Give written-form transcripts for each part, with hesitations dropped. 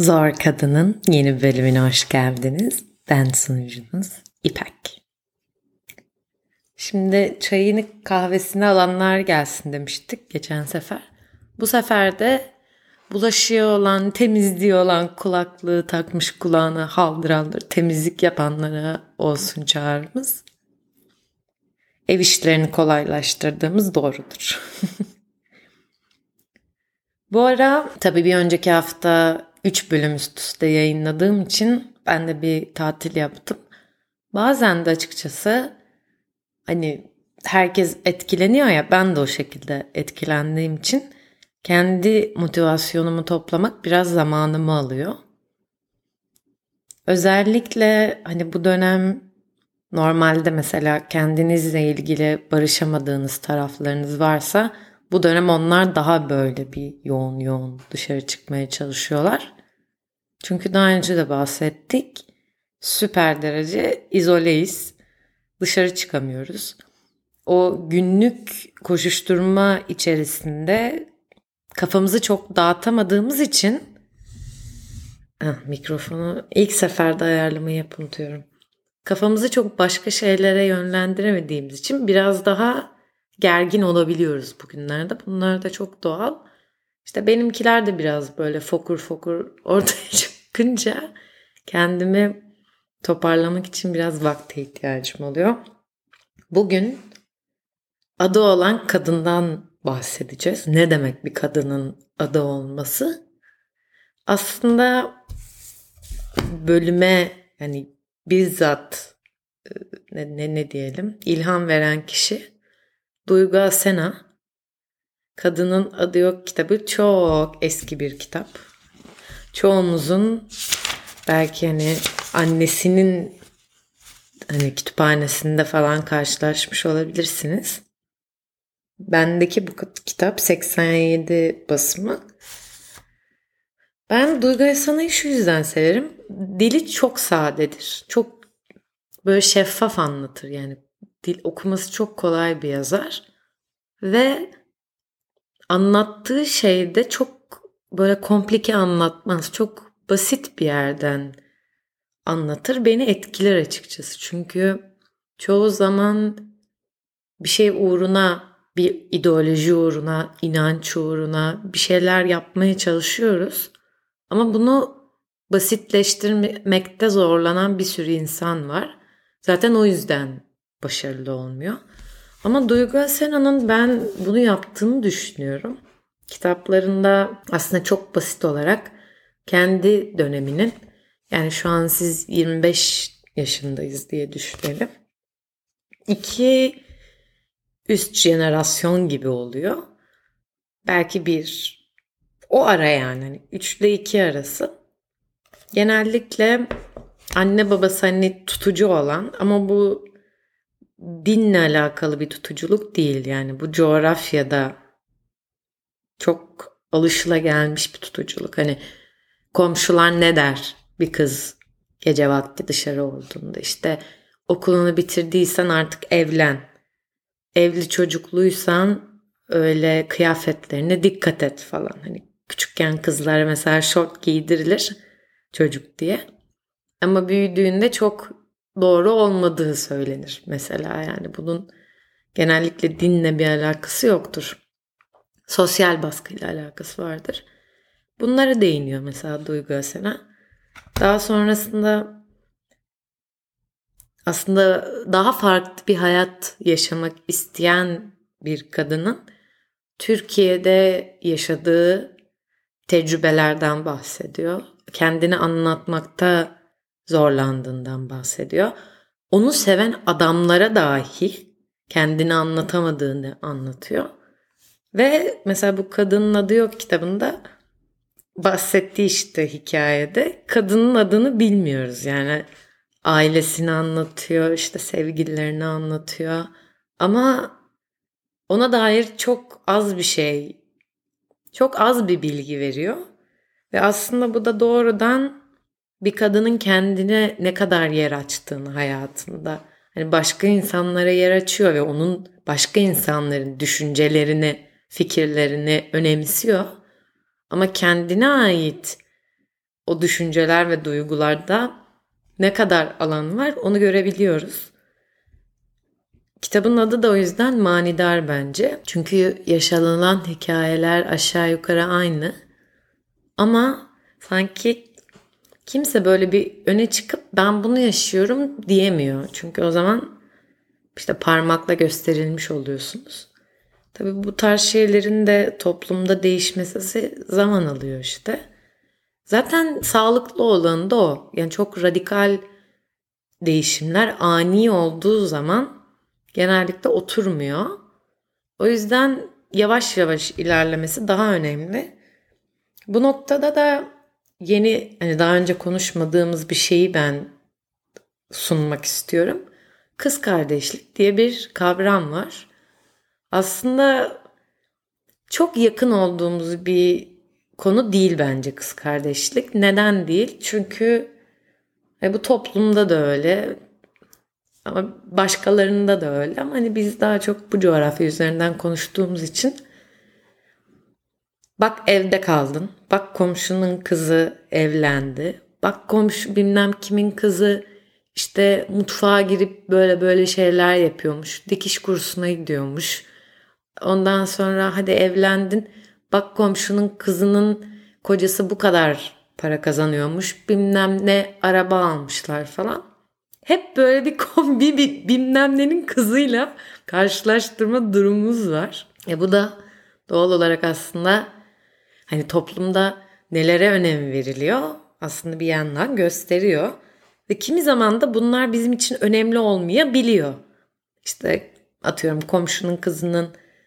Zor Kadın'ın yeni bölümüne hoş geldiniz. Ben sunucunuz İpek. Şimdi çayını kahvesini alanlar gelsin demiştik geçen sefer. Bu sefer de bulaşığı olan, temizliği olan, kulaklığı takmış kulağına haldır haldır temizlik yapanlara olsun çağrımız. Ev işlerini kolaylaştırdığımız doğrudur. Bu ara tabii bir önceki hafta 3 bölüm üst üste yayınladığım için ben de bir tatil yaptım. Bazen de açıkçası hani herkes etkileniyor ya, ben de o şekilde etkilendiğim için kendi motivasyonumu toplamak biraz zamanımı alıyor. Özellikle hani bu dönem normalde mesela kendinizle ilgili barışamadığınız taraflarınız varsa bu dönem onlar daha böyle bir yoğun dışarı çıkmaya çalışıyorlar. Çünkü daha önce de bahsettik. Süper derece izoleyiz. Dışarı çıkamıyoruz. O günlük koşuşturma içerisinde kafamızı çok dağıtamadığımız için mikrofonu ilk seferde ayarlamayı unutuyorum. Kafamızı çok başka şeylere yönlendiremediğimiz için biraz daha gergin olabiliyoruz bugünlerde. Bunlar da çok doğal. İşte benimkiler de biraz böyle fokur ortaya çıkınca kendimi toparlamak için biraz vakte ihtiyacım oluyor. Bugün adı olan kadından bahsedeceğiz. Ne demek bir kadının adı olması? Aslında bölüme yani bizzat ne diyelim ilham veren kişi Duygu Asena. Kadının Adı Yok kitabı çok eski bir kitap. Çoğumuzun belki hani annesinin hani kütüphanesinde falan karşılaşmış olabilirsiniz. Bendeki bu kitap 87 basımı. Ben Duygu Asena'yı şu yüzden severim. Dili çok sadedir. Çok böyle şeffaf anlatır yani. Dil okuması çok kolay bir yazar. Ve anlattığı şey de çok böyle komplike anlatmaz. Çok basit bir yerden anlatır. Beni etkiler açıkçası. Çünkü çoğu zaman bir şey uğruna, bir ideoloji uğruna, inanç uğruna bir şeyler yapmaya çalışıyoruz. Ama bunu basitleştirmekte zorlanan bir sürü insan var. Zaten o yüzden başarılı olmuyor. Ama Duygu Asena'nın ben bunu yaptığını düşünüyorum. Kitaplarında aslında çok basit olarak kendi döneminin, yani şu an siz 25 yaşındayız diye düşünelim. 2 üst jenerasyon gibi oluyor. Belki o ara yani hani 3 ile 2 arası. Genellikle anne babası hani tutucu olan ama bu dinle alakalı bir tutuculuk değil. Yani bu coğrafyada çok alışılagelmiş bir tutuculuk. Hani komşular ne der bir kız gece vakti dışarı olduğunda, işte okulunu bitirdiysen artık evlen. Evli çocukluysan öyle kıyafetlerine dikkat et falan. Hani küçükken kızlara mesela şort giydirilir çocuk diye. Ama büyüdüğünde çok doğru olmadığı söylenir mesela. Yani bunun genellikle dinle bir alakası yoktur. Sosyal baskıyla alakası vardır. Bunlara değiniyor mesela Duygu Asena. Daha sonrasında aslında daha farklı bir hayat yaşamak isteyen bir kadının Türkiye'de yaşadığı tecrübelerden bahsediyor. Kendini anlatmakta zorlandığından bahsediyor. Onu seven adamlara dahi kendini anlatamadığını anlatıyor. Ve mesela bu Kadının Adı Yok kitabında bahsettiği işte hikayede kadının adını bilmiyoruz. Yani ailesini anlatıyor, işte sevgililerini anlatıyor. Ama ona dair çok az bir şey, çok az bir bilgi veriyor. Ve aslında bu da doğrudan bir kadının kendine ne kadar yer açtığını hayatında. Hani başka insanlara yer açıyor ve onun başka insanların düşüncelerini, fikirlerini önemsiyor. Ama kendine ait o düşünceler ve duygularda ne kadar alan var onu görebiliyoruz. Kitabın adı da o yüzden manidar bence. Çünkü yaşanılan hikayeler aşağı yukarı aynı. Ama sanki kimse böyle bir öne çıkıp ben bunu yaşıyorum diyemiyor. Çünkü o zaman işte parmakla gösterilmiş oluyorsunuz. Tabii bu tarz şeylerin de toplumda değişmesi zaman alıyor işte. Zaten sağlıklı olan da o. Yani çok radikal değişimler ani olduğu zaman genellikle oturmuyor. O yüzden yavaş yavaş ilerlemesi daha önemli. Bu noktada da yeni, hani daha önce konuşmadığımız bir şeyi ben sunmak istiyorum. Kız kardeşlik diye bir kavram var. Aslında çok yakın olduğumuz bir konu değil bence kız kardeşlik. Neden değil? Çünkü bu toplumda da öyle. Ama başkalarında da öyle. Ama hani biz daha çok bu coğrafya üzerinden konuştuğumuz için bak evde kaldın. Bak komşunun kızı evlendi. Bak komşu bilmem kimin kızı işte mutfağa girip böyle böyle şeyler yapıyormuş. Dikiş kursuna gidiyormuş. Ondan sonra hadi evlendin. Bak komşunun kızının kocası bu kadar para kazanıyormuş. Bilmem ne araba almışlar falan. Hep böyle bir kombi bir bilmem nenin kızıyla karşılaştırma durumumuz var. Bu da doğal olarak aslında hani toplumda nelere önem veriliyor aslında bir yandan gösteriyor. Ve kimi zaman da bunlar bizim için önemli olmayabiliyor. İşte atıyorum komşunun kızının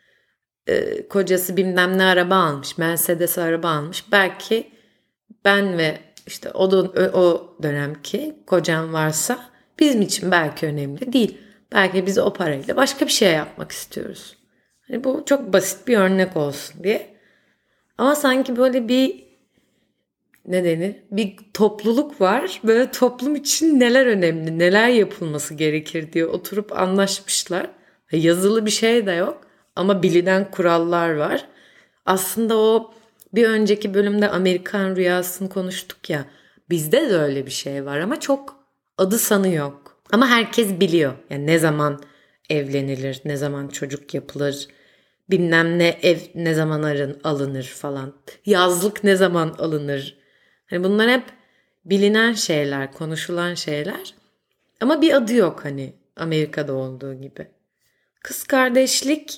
kocası bilmem ne araba almış, Mercedes araba almış. Belki ben ve işte o dönemki kocam varsa bizim için belki önemli değil. Belki biz o parayla başka bir şey yapmak istiyoruz. Hani bu çok basit bir örnek olsun diye. Ama sanki böyle bir ne denir? Bir topluluk var. Böyle toplum için neler önemli, neler yapılması gerekir diye oturup anlaşmışlar. Yazılı bir şey de yok ama bilinen kurallar var. Aslında o bir önceki bölümde Amerikan rüyasını konuştuk ya. Bizde de öyle bir şey var ama çok adı sanı yok. Ama herkes biliyor. Yani ne zaman evlenilir, ne zaman çocuk yapılır, bilmem ne ev ne zaman alınır falan. Yazlık ne zaman alınır. Hani bunlar hep bilinen şeyler, konuşulan şeyler. Ama bir adı yok hani Amerika'da olduğu gibi. Kız kardeşlik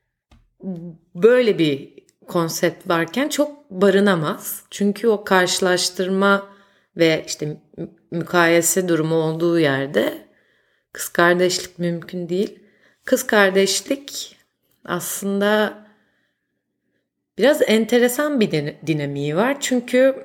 böyle bir konsept varken çok barınamaz. Çünkü o karşılaştırma ve işte mukayese durumu olduğu yerde kız kardeşlik mümkün değil. Kız kardeşlik aslında biraz enteresan bir dinamiği var. Çünkü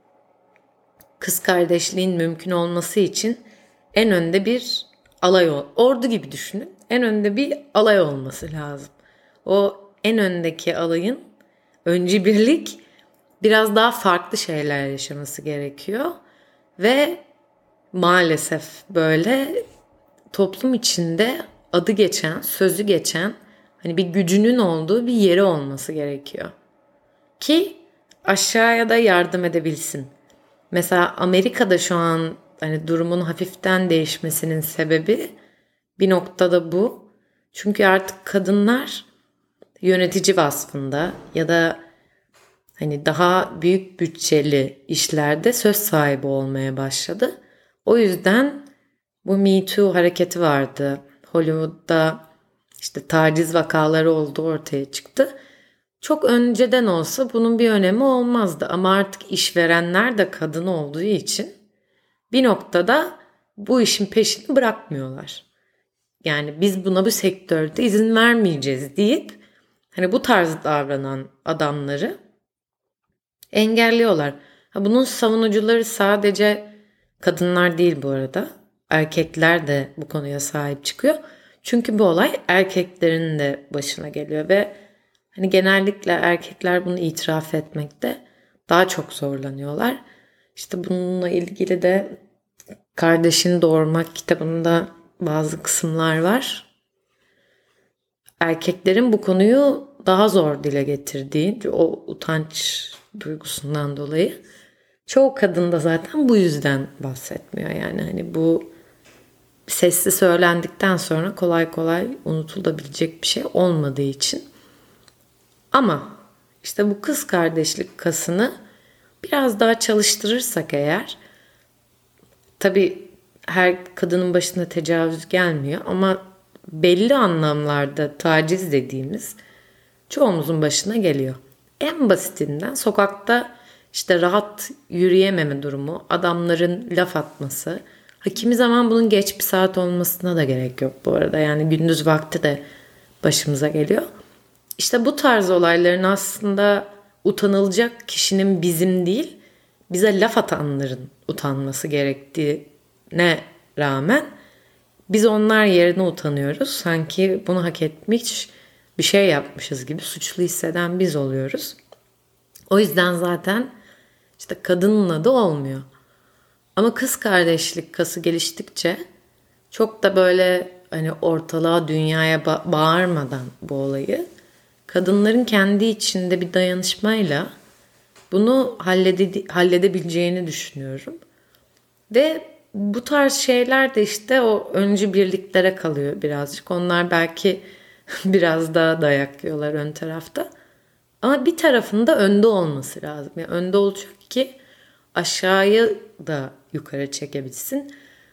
kız kardeşliğin mümkün olması için en önde bir ordu gibi düşünün. En önde bir alay olması lazım. O en öndeki alayın öncü birlik biraz daha farklı şeyler yaşaması gerekiyor. Ve maalesef böyle toplum içinde adı geçen, sözü geçen hani bir gücünün olduğu bir yeri olması gerekiyor. Ki aşağıya da yardım edebilsin. Mesela Amerika'da şu an hani durumun hafiften değişmesinin sebebi bir noktada bu. Çünkü artık kadınlar yönetici vasfında ya da hani daha büyük bütçeli işlerde söz sahibi olmaya başladı. O yüzden bu Me Too hareketi vardı. Hollywood'da işte taciz vakaları oldu ortaya çıktı. Çok önceden olsa bunun bir önemi olmazdı ama artık işverenler de kadın olduğu için bir noktada bu işin peşini bırakmıyorlar. Yani biz buna bu sektörde izin vermeyeceğiz deyip hani bu tarz davranan adamları engelliyorlar. Bunun savunucuları sadece kadınlar değil bu arada. Erkekler de bu konuya sahip çıkıyor. Çünkü bu olay erkeklerin de başına geliyor ve hani genellikle erkekler bunu itiraf etmekte daha çok zorlanıyorlar. İşte bununla ilgili de Kardeşini Doğurmak kitabında bazı kısımlar var. Erkeklerin bu konuyu daha zor dile getirdiği o utanç duygusundan dolayı. Çoğu kadın da zaten bu yüzden bahsetmiyor. Yani hani bu sesli söylendikten sonra kolay kolay unutulabilecek bir şey olmadığı için. Ama işte bu kız kardeşlik kasını biraz daha çalıştırırsak eğer, tabii her kadının başına tecavüz gelmiyor ama belli anlamlarda taciz dediğimiz çoğumuzun başına geliyor. En basitinden sokakta işte rahat yürüyememe durumu, adamların laf atması. Kimi zaman bunun geç bir saat olmasına da gerek yok bu arada. Yani gündüz vakti de başımıza geliyor. İşte bu tarz olayların aslında utanılacak kişinin bizim değil, bize laf atanların utanması gerektiğine rağmen biz onlar yerine utanıyoruz. Sanki bunu hak etmiş bir şey yapmışız gibi suçlu hisseden biz oluyoruz. O yüzden zaten işte kadının adı olmuyor. Ama kız kardeşlik kası geliştikçe çok da böyle hani ortalığa, dünyaya bağırmadan bu olayı, kadınların kendi içinde bir dayanışmayla bunu halledebileceğini düşünüyorum. Ve bu tarz şeyler de işte o öncü birliklere kalıyor birazcık. Onlar belki biraz daha dayak yiyorlar ön tarafta. Ama bir tarafında önde olması lazım. Yani önde olacak ki aşağıyı da yukarı çekebilsin.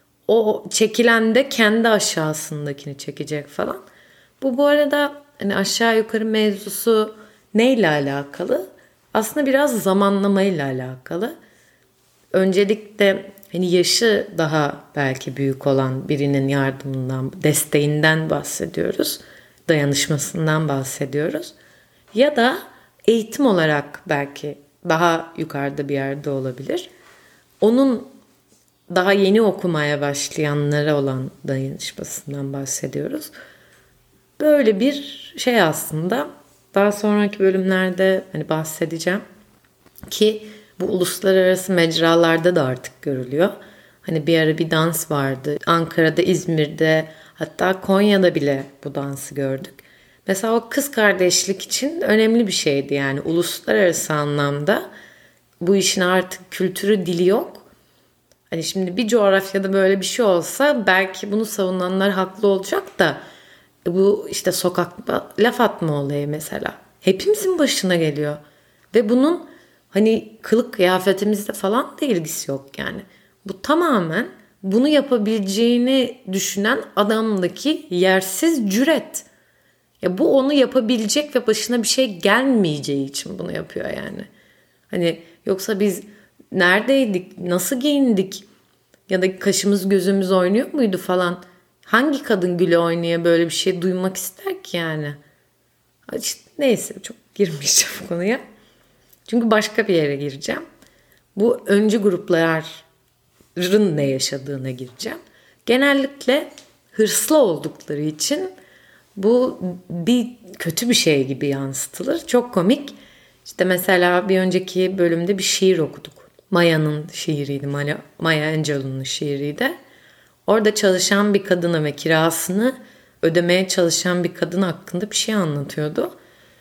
O çekilen de kendi aşağısındakini çekecek falan. Bu arada hani aşağı yukarı mevzusu neyle alakalı? Aslında biraz zamanlamayla alakalı. Öncelikle hani yaşı daha belki büyük olan birinin yardımından, desteğinden bahsediyoruz. Dayanışmasından bahsediyoruz. Ya da eğitim olarak belki daha yukarıda bir yerde olabilir. Onun daha yeni okumaya başlayanlara olan dayanışmasından bahsediyoruz. Böyle bir şey aslında. Daha sonraki bölümlerde hani bahsedeceğim ki bu uluslararası mecralarda da artık görülüyor. Hani bir ara bir dans vardı. Ankara'da, İzmir'de, hatta Konya'da bile bu dansı gördük. Mesela o kız kardeşlik için önemli bir şeydi yani uluslararası anlamda. Bu işin artık kültürü, dili yok. Hani şimdi bir coğrafyada böyle bir şey olsa belki bunu savunanlar haklı olacak da bu işte sokakta laf atma olayı mesela hepimizin başına geliyor. Ve bunun hani kılık kıyafetimizde falan da ilgisi yok yani. Bu tamamen bunu yapabileceğini düşünen adamdaki yersiz cüret. Ya bu onu yapabilecek ve başına bir şey gelmeyeceği için bunu yapıyor yani. Hani yoksa biz neredeydik, nasıl giyindik ya da kaşımız gözümüz oynuyor muydu falan. Hangi kadın güle oynaya böyle bir şey duymak ister ki yani? İşte neyse çok girmeyeceğim bu konuya. Çünkü başka bir yere gireceğim. Bu öncü grupların ne yaşadığına gireceğim. Genellikle hırslı oldukları için bu bir kötü bir şey gibi yansıtılır. Çok komik. İşte mesela bir önceki bölümde bir şiir okuduk. Maya'nın şiiriydi. Maya Angelou'nun şiiriydi. Orada çalışan bir kadına ve kirasını ödemeye çalışan bir kadın hakkında bir şey anlatıyordu.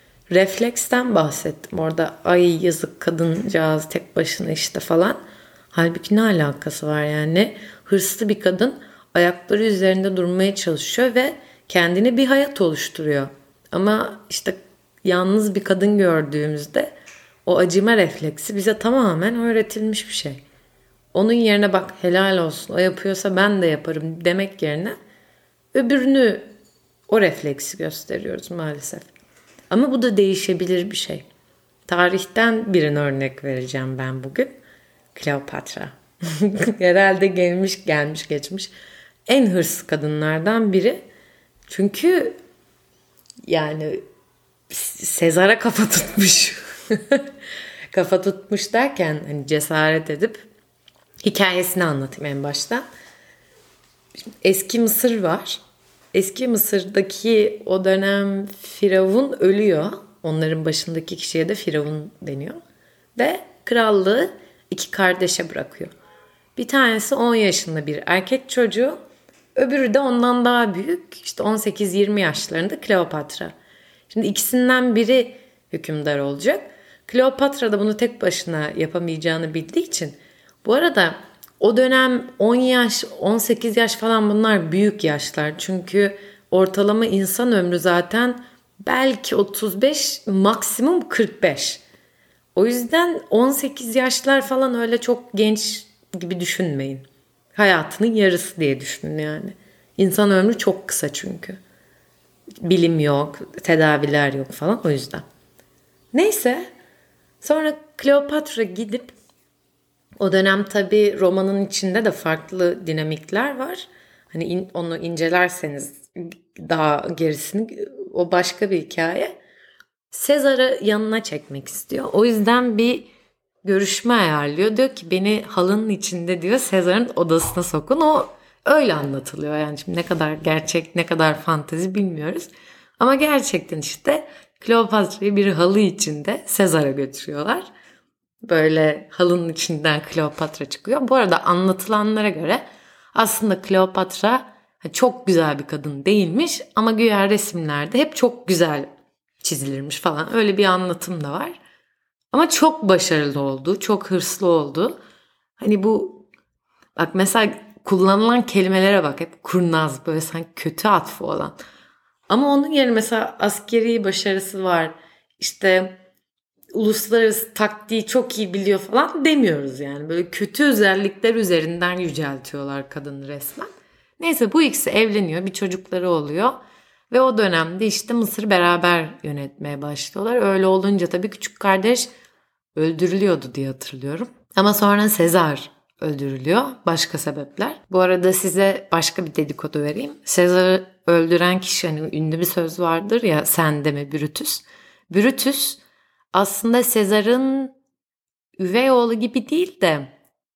Refleksten bahsettim. Orada ay yazık kadıncağız tek başına işte falan. Halbuki ne alakası var yani? Hırslı bir kadın ayakları üzerinde durmaya çalışıyor ve kendine bir hayat oluşturuyor. Ama işte yalnız bir kadın gördüğümüzde o acıma refleksi bize tamamen öğretilmiş bir şey. Onun yerine bak helal olsun o yapıyorsa ben de yaparım demek yerine öbürünü o refleksi gösteriyoruz maalesef. Ama bu da değişebilir bir şey. Tarihten birine örnek vereceğim ben bugün. Kleopatra. Herhalde gelmiş geçmiş en hırslı kadınlardan biri. Çünkü yani Sezar'a kafa tutmuş. Kafa tutmuş derken hani cesaret edip hikayesini anlatayım en başta. Eski Mısır var. Eski Mısır'daki o dönem Firavun ölüyor. Onların başındaki kişiye de Firavun deniyor. Ve krallığı iki kardeşe bırakıyor. Bir tanesi 10 yaşında bir erkek çocuğu. Öbürü de ondan daha büyük. İşte 18-20 yaşlarında Kleopatra. Şimdi ikisinden biri hükümdar olacak. Kleopatra da bunu tek başına yapamayacağını bildiği için, bu arada o dönem 10 yaş, 18 yaş falan, bunlar büyük yaşlar. Çünkü ortalama insan ömrü zaten belki 35, maksimum 45. O yüzden 18 yaşlar falan öyle çok genç gibi düşünmeyin. Hayatının yarısı diye düşünün yani. İnsan ömrü çok kısa çünkü. Bilim yok, tedaviler yok falan, o yüzden. Neyse, sonra Kleopatra gidip, o dönem tabii romanın içinde de farklı dinamikler var. Hani onu incelerseniz daha gerisini, o başka bir hikaye. Sezar'ı yanına çekmek istiyor. O yüzden bir görüşme ayarlıyor. Diyor ki beni halının içinde, diyor, Sezar'ın odasına sokun. O öyle anlatılıyor. Yani şimdi ne kadar gerçek, ne kadar fantezi bilmiyoruz. Ama gerçekten işte Kleopatra'yı bir halı içinde Sezar'a götürüyorlar. Böyle halının içinden Kleopatra çıkıyor. Bu arada anlatılanlara göre aslında Kleopatra çok güzel bir kadın değilmiş ama güya resimlerde hep çok güzel çizilirmiş falan. Öyle bir anlatım da var. Ama çok başarılı oldu, çok hırslı oldu. Hani bu, bak mesela kullanılan kelimelere bak, hep kurnaz, böyle sanki kötü atfı olan. Ama onun yerine mesela askeri başarısı var. İşte uluslararası taktiği çok iyi biliyor falan demiyoruz yani. Böyle kötü özellikler üzerinden yüceltiyorlar kadını resmen. Neyse, bu ikisi evleniyor, bir çocukları oluyor. Ve o dönemde işte Mısır'ı beraber yönetmeye başlıyorlar. Öyle olunca tabii küçük kardeş öldürülüyordu diye hatırlıyorum. Ama sonra Sezar öldürülüyor, başka sebepler. Bu arada size başka bir dedikodu vereyim. Sezar'ı öldüren kişi, hani ünlü bir söz vardır ya, sen deme Brutus. Brutus aslında Sezar'ın üvey oğlu gibi değil de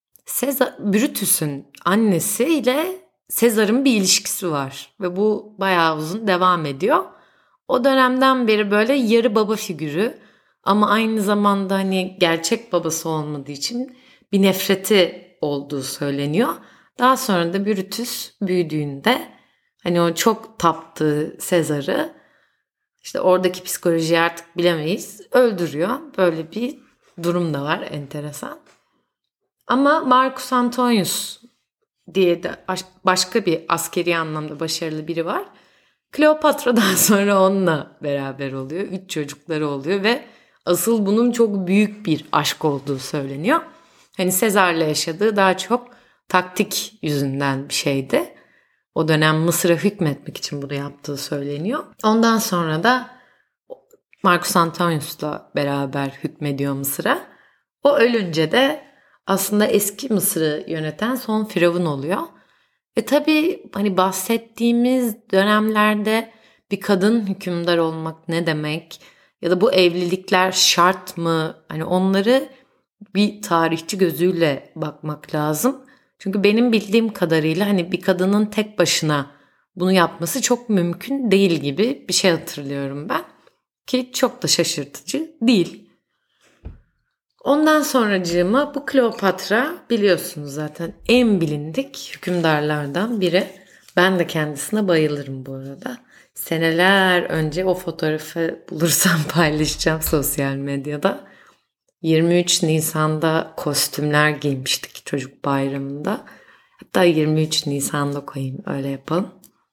Brutus'un annesiyle Sezar'ın bir ilişkisi var. Ve bu bayağı uzun devam ediyor. O dönemden beri böyle yarı baba figürü ama aynı zamanda hani gerçek babası olmadığı için bir nefreti olduğu söyleniyor. Daha sonra da Brutus büyüdüğünde hani o çok taptığı Sezar'ı, işte oradaki psikolojiyi artık bilemeyiz, öldürüyor. Böyle bir durum da var, enteresan. Ama Marcus Antonius diye de başka bir askeri anlamda başarılı biri var. Kleopatra'dan sonra onunla beraber oluyor. 3 çocukları oluyor ve asıl bunun çok büyük bir aşk olduğu söyleniyor. Hani Sezar'la yaşadığı daha çok taktik yüzünden bir şeydi. O dönem Mısır'a hükmetmek için bunu yaptığı söyleniyor. Ondan sonra da Marcus Antonius'la beraber hükmediyor Mısır'a. O ölünce de aslında eski Mısır'ı yöneten son firavun oluyor. Tabii hani bahsettiğimiz dönemlerde bir kadın hükümdar olmak ne demek? Ya da bu evlilikler şart mı? Hani onları bir tarihçi gözüyle bakmak lazım. Çünkü benim bildiğim kadarıyla hani bir kadının tek başına bunu yapması çok mümkün değil gibi bir şey hatırlıyorum ben. Ki çok da şaşırtıcı değil. Ondan sonracığıma bu Kleopatra, biliyorsunuz zaten en bilindik hükümdarlardan biri. Ben de kendisine bayılırım bu arada. Seneler önce o fotoğrafı bulursam paylaşacağım sosyal medyada. 23 Nisan'da kostümler giymiştik çocuk bayramında. Hatta 23 Nisan'da koyayım, öyle yapalım.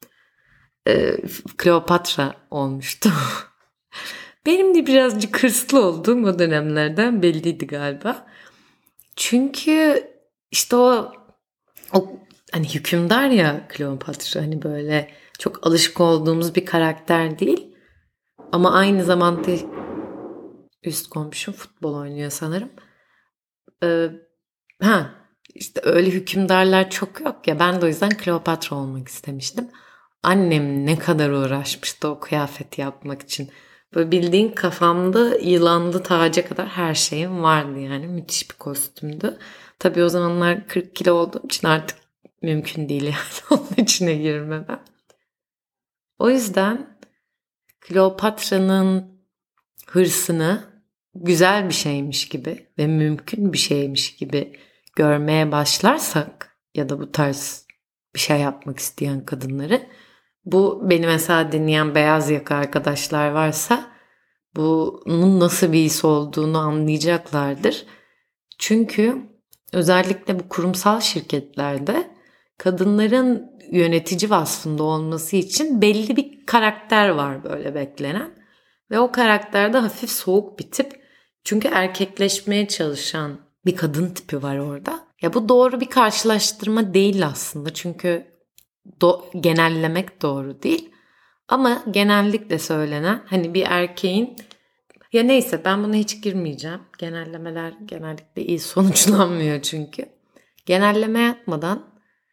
Kleopatra olmuştu. Benim de birazcık hırslı olduğum o dönemlerden belliydi galiba. Çünkü işte o hani hükümdar ya Kleopatra, hani böyle çok alışık olduğumuz bir karakter değil. Ama aynı zamanda üst komşum futbol oynuyor sanırım. Ee, işte öyle hükümdarlar çok yok ya, ben de o yüzden Kleopatra olmak istemiştim. Annem ne kadar uğraşmıştı o kıyafeti yapmak için. Böyle bildiğin kafamda yılanlı taca kadar her şeyim vardı yani. Müthiş bir kostümdü. Tabii o zamanlar 40 kilo olduğum için artık mümkün değil yani onun içine girmemem. O yüzden Kleopatra'nın hırsını güzel bir şeymiş gibi ve mümkün bir şeymiş gibi görmeye başlarsak ya da bu tarz bir şey yapmak isteyen kadınları, bu beni mesela dinleyen beyaz yaka arkadaşlar varsa bunun nasıl bir his olduğunu anlayacaklardır. Çünkü özellikle bu kurumsal şirketlerde kadınların yönetici vasfında olması için belli bir karakter var böyle beklenen. Ve o karakterde hafif soğuk bir tip. Çünkü erkekleşmeye çalışan bir kadın tipi var orada. Ya bu doğru bir karşılaştırma değil aslında. Çünkü genellemek doğru değil. Ama genellikle söylenen hani bir erkeğin, ya neyse ben buna hiç girmeyeceğim. Genellemeler genellikle iyi sonuçlanmıyor çünkü. Genelleme yapmadan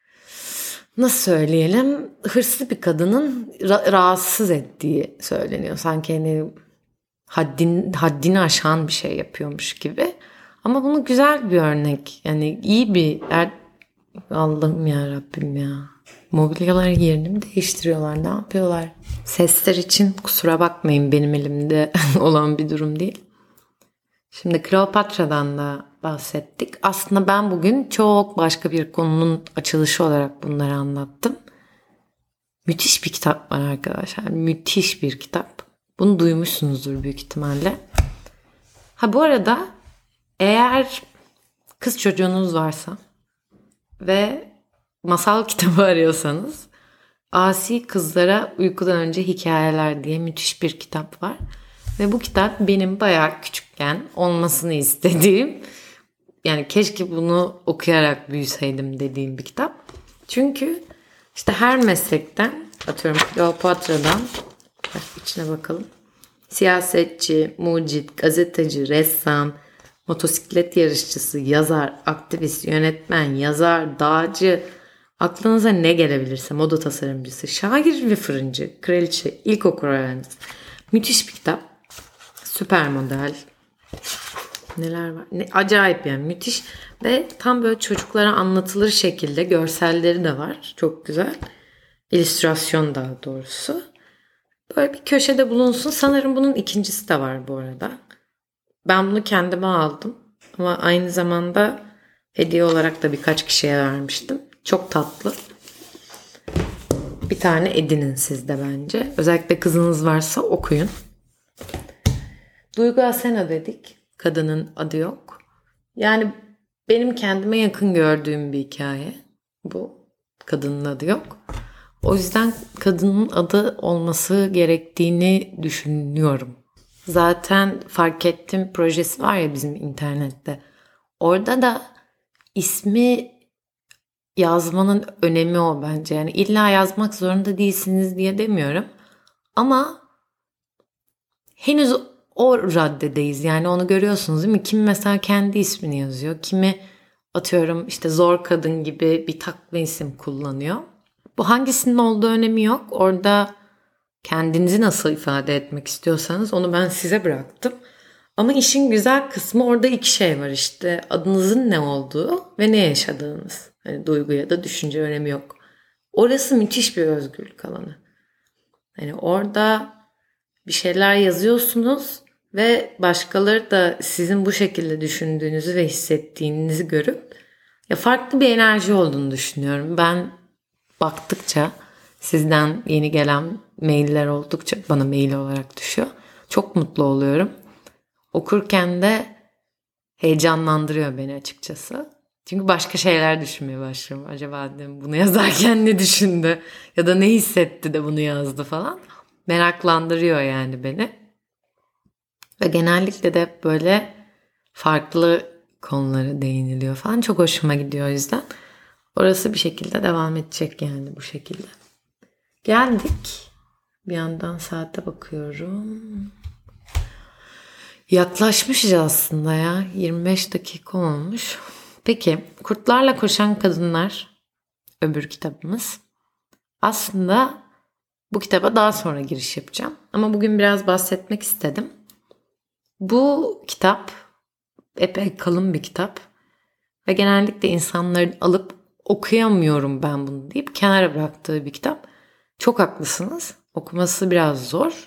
nasıl söyleyelim, hırslı bir kadının rahatsız ettiği söyleniyor. Sanki hani haddini aşan bir şey yapıyormuş gibi. Ama bunu güzel bir örnek. Yani iyi bir Allah'ım ya Rabbim ya. Mobilyaların yerini mi değiştiriyorlar? Ne yapıyorlar? Sesler için kusura bakmayın, benim elimde olan bir durum değil. Şimdi Kleopatra'dan da bahsettik. Aslında ben bugün çok başka bir konunun açılışı olarak bunları anlattım. Müthiş bir kitap var arkadaşlar. Müthiş bir kitap. Bunu duymuşsunuzdur büyük ihtimalle. Ha bu arada eğer kız çocuğunuz varsa ve masal kitabı arıyorsanız Asi Kızlara Uykudan Önce Hikayeler diye müthiş bir kitap var. Ve bu kitap benim bayağı küçükken olmasını istediğim, yani keşke bunu okuyarak büyüseydim dediğim bir kitap. Çünkü işte her meslekten, atıyorum Kleopatra'dan, içine bakalım. Siyasetçi, mucit, gazeteci, ressam, motosiklet yarışçısı, yazar, aktivist, yönetmen, yazar, dağcı, aklınıza ne gelebilirse, moda tasarımcısı, şair ve fırıncı, kraliçe, ilkokul öğrencisi. Müthiş bir kitap. Süper model. Neler var? Acayip yani, müthiş. Ve tam böyle çocuklara anlatılır şekilde görselleri de var. Çok güzel. İllüstrasyon daha doğrusu. Böyle bir köşede bulunsun. Sanırım bunun ikincisi de var bu arada. Ben bunu kendime aldım. Ama aynı zamanda hediye olarak da birkaç kişiye vermiştim. Çok tatlı. Bir tane edinin siz de bence. Özellikle kızınız varsa okuyun. Duygu Asena dedik. Kadının adı yok. Yani benim kendime yakın gördüğüm bir hikaye bu. Kadının adı yok. O yüzden kadının adı olması gerektiğini düşünüyorum. Zaten fark ettim projesi var ya bizim internette. Orada da ismi yazmanın önemi o bence. Yani illa yazmak zorunda değilsiniz diye demiyorum. Ama henüz o raddedeyiz. Yani onu görüyorsunuz değil mi? Kimi mesela kendi ismini yazıyor. Kimi atıyorum işte Zor Kadın gibi bir takma isim kullanıyor. Bu hangisinin olduğu önemi yok. Orada kendinizi nasıl ifade etmek istiyorsanız onu ben size bıraktım. Ama işin güzel kısmı, orada iki şey var işte. Adınızın ne olduğu ve ne yaşadığınız. Hani duygu ya da düşünce önemi yok. Orası müthiş bir özgürlük alanı. Hani orada bir şeyler yazıyorsunuz ve başkaları da sizin bu şekilde düşündüğünüzü ve hissettiğinizi görüp ya farklı bir enerji olduğunu düşünüyorum. Ben baktıkça, sizden yeni gelen mailler oldukça bana mail olarak düşüyor. Çok mutlu oluyorum. Okurken de heyecanlandırıyor beni açıkçası. Çünkü başka şeyler düşünmeye başlıyorum. Acaba dedim, bunu yazarken ne düşündü ya da ne hissetti de bunu yazdı falan. Meraklandırıyor yani beni. Ve genellikle de hep böyle farklı konulara değiniliyor falan. Çok hoşuma gidiyor o yüzden. Orası bir şekilde devam edecek yani bu şekilde. Geldik. Bir yandan saate bakıyorum. Yaklaşmışız aslında ya. 25 dakika olmuş. Peki, Kurtlarla Koşan Kadınlar öbür kitabımız. Aslında bu kitaba daha sonra giriş yapacağım. Ama bugün biraz bahsetmek istedim. Bu kitap epey kalın bir kitap. Ve genellikle insanların alıp okuyamıyorum ben bunu deyip kenara bıraktığı bir kitap. Çok haklısınız. Okuması biraz zor.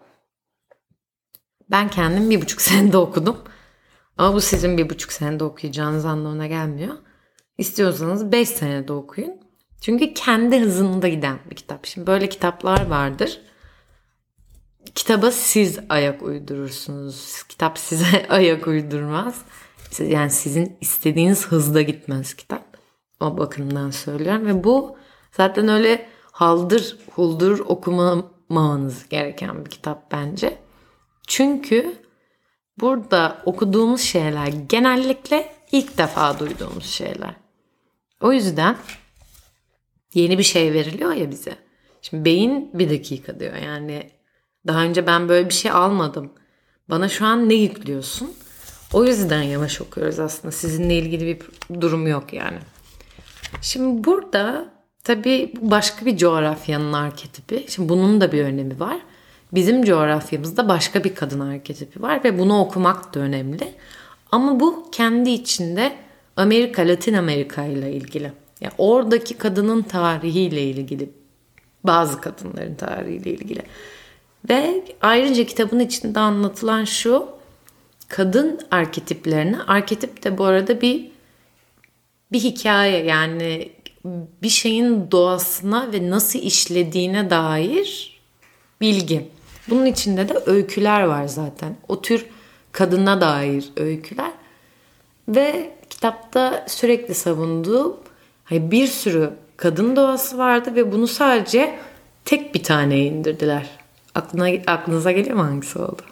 Ben kendim 1,5 senede okudum. Ama bu sizin 1,5 senede okuyacağınız anlamına gelmiyor. İstiyorsanız 5 senede okuyun. Çünkü kendi hızında giden bir kitap. Şimdi böyle kitaplar vardır. kitaba siz ayak uydurursunuz. Kitap size ayak uydurmaz. Yani sizin istediğiniz hızda gitmez kitap. O bakımdan söylüyorum. Ve bu zaten öyle haldır huldur okumamanız gereken bir kitap bence. Çünkü burada okuduğumuz şeyler genellikle ilk defa duyduğumuz şeyler. O yüzden yeni bir şey veriliyor ya bize. Şimdi beyin bir dakika diyor. Yani daha önce ben böyle bir şey almadım. Bana şu an ne yüklüyorsun? O yüzden yavaş okuyoruz aslında. Sizinle ilgili bir durum yok yani. Şimdi burada tabii başka bir coğrafyanın arketipi. Şimdi bunun da bir önemi var. Bizim coğrafyamızda başka bir kadın arketipi var ve bunu okumak da önemli. Ama bu kendi içinde Amerika, Latin Amerika ile ilgili. Yani oradaki kadının tarihiyle ilgili. Bazı kadınların tarihiyle ilgili. Ve ayrıca kitabın içinde anlatılan şu, kadın arketiplerine, arketip de bu arada bir hikaye, yani bir şeyin doğasına ve nasıl işlediğine dair bilgi. Bunun içinde de öyküler var zaten. O tür kadına dair öyküler. Ve kitapta sürekli savunduğu bir sürü kadın doğası vardı ve bunu sadece tek bir taneye indirdiler. Aklınıza geliyor mu hangisi oldu?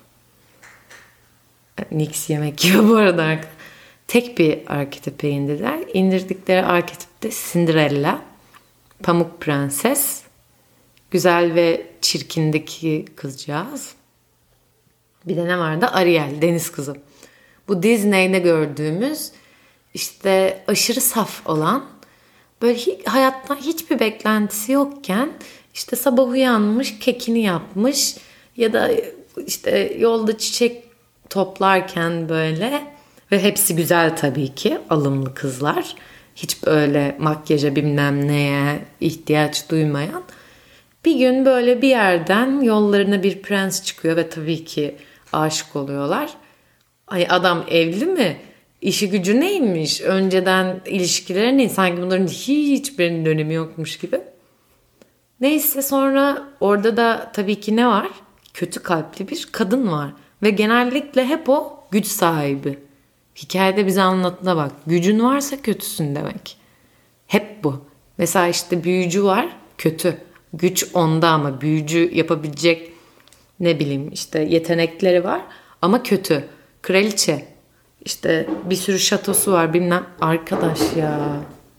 Nix yemek yiyor bu arada. Tek bir arketipe indirdiler. İndirdikleri arketip de Cinderella, Pamuk Prenses, güzel ve çirkindeki kızcağız. Bir de ne vardı? Ariel, deniz kızı. Bu Disney'de gördüğümüz işte aşırı saf olan, böyle hayattan hiçbir beklentisi yokken işte sabah uyanmış, kekini yapmış ya da işte yolda çiçek toplarken böyle, ve hepsi güzel tabii ki, alımlı kızlar. Hiç böyle makyaja bilmem neye ihtiyaç duymayan. Bir gün böyle bir yerden yollarına bir prens çıkıyor ve tabii ki aşık oluyorlar. Ay, adam evli mi? İşi gücü neymiş? Önceden ilişkileri ne? Sanki bunların hiçbirinin önemi yokmuş gibi. Neyse, sonra orada da tabii ki ne var? Kötü kalpli bir kadın var. Ve genellikle hep o güç sahibi. Hikayede bize anlattığına bak. Gücün varsa kötüsün demek. Hep bu. Mesela işte büyücü var, kötü. Güç onda ama büyücü yapabilecek ne bileyim işte yetenekleri var ama kötü. Kraliçe. İşte bir sürü şatosu var bilmem. Arkadaş ya.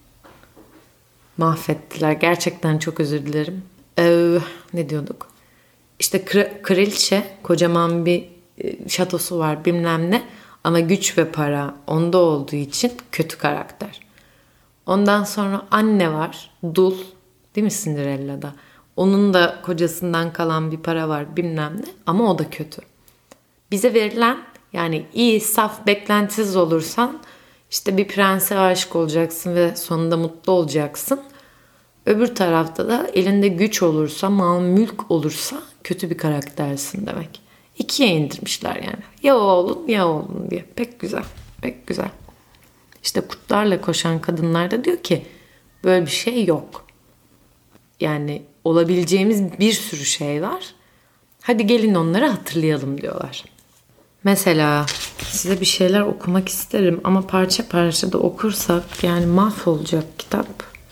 Mahvettiler. Gerçekten çok özür dilerim. Ne diyorduk? İşte kraliçe, kocaman bir şatosu var bilmem ne. Ama güç ve para onda olduğu için kötü karakter. Ondan sonra anne var. Dul. Değil mi Cinderella'da? Onun da kocasından kalan bir para var bilmem ne. Ama o da kötü. Bize verilen, yani iyi, saf, beklentisiz olursan işte bir prense aşık olacaksın ve sonunda mutlu olacaksın. Öbür tarafta da elinde güç olursa, mal mülk olursa kötü bir karaktersin demek. İkiye indirmişler yani. Ya o olun ya o olun diye. Pek güzel. Pek güzel. İşte kurtlarla koşan kadınlar da diyor ki böyle bir şey yok. Yani olabileceğimiz bir sürü şey var. Hadi gelin onları hatırlayalım diyorlar. Mesela size bir şeyler okumak isterim ama parça parça da okursak yani mahvolacak kitap.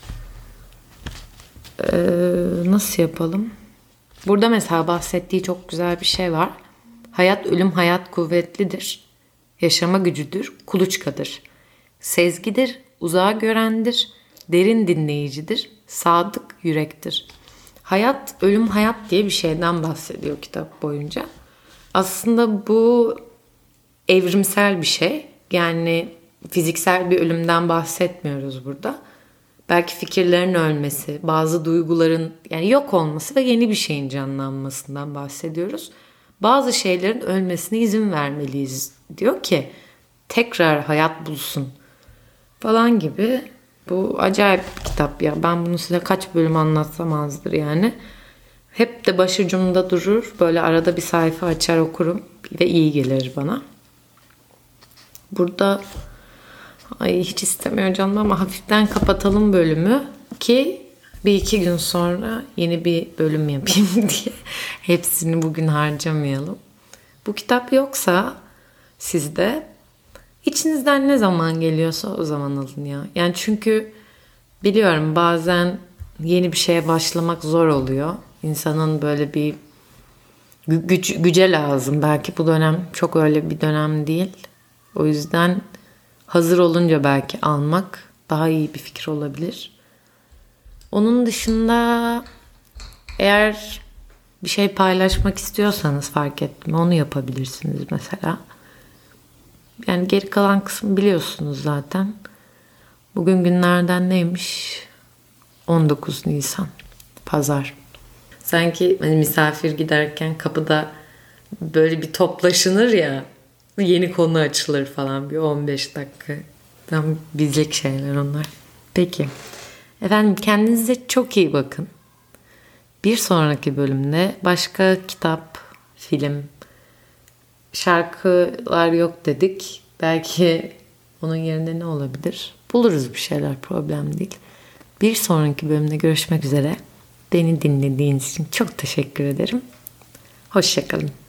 Nasıl yapalım? Burada mesela bahsettiği çok güzel bir şey var. Hayat ölüm hayat kuvvetlidir. Yaşama gücüdür, kuluçkadır. Sezgidir, uzağa görendir, derin dinleyicidir, sadık yürektir. Hayat ölüm hayat diye bir şeyden bahsediyor kitap boyunca. Aslında bu evrimsel bir şey. Yani fiziksel bir ölümden bahsetmiyoruz burada. Belki fikirlerin ölmesi, bazı duyguların yani yok olması ve yeni bir şeyin canlanmasından bahsediyoruz. Bazı şeylerin ölmesine izin vermeliyiz diyor ki tekrar hayat bulsun falan gibi. Bu acayip bir kitap ya. Ben bunu size kaç bölüm anlatsam azdır yani. Hep de başucumda durur. Böyle arada bir sayfa açar okurum ve iyi gelir bana. Burada hiç istemiyor canım ama hafiften kapatalım bölümü ki Bir iki gün sonra yeni bir bölüm yapayım diye hepsini bugün harcamayalım. Bu kitap yoksa sizde, içinizden ne zaman geliyorsa o zaman alın ya. Yani çünkü biliyorum bazen yeni bir şeye başlamak zor oluyor. İnsanın böyle bir güce lazım. Belki bu dönem çok öyle bir dönem değil. O yüzden hazır olunca belki almak daha iyi bir fikir olabilir. Onun dışında eğer bir şey paylaşmak istiyorsanız fark ettim. Onu yapabilirsiniz mesela. Yani geri kalan kısmı biliyorsunuz zaten. Bugün günlerden neymiş? 19 Nisan. Pazar. Sanki hani misafir giderken kapıda böyle bir toplaşınır ya. Yeni konu açılır falan bir 15 dakika. Tam bizlik şeyler onlar. Peki. Efendim kendinize çok iyi bakın. Bir sonraki bölümde başka kitap, film, şarkılar yok dedik. Belki onun yerine ne olabilir? Buluruz bir şeyler, problem değil. Bir sonraki bölümde görüşmek üzere. Beni dinlediğiniz için çok teşekkür ederim. Hoşça kalın.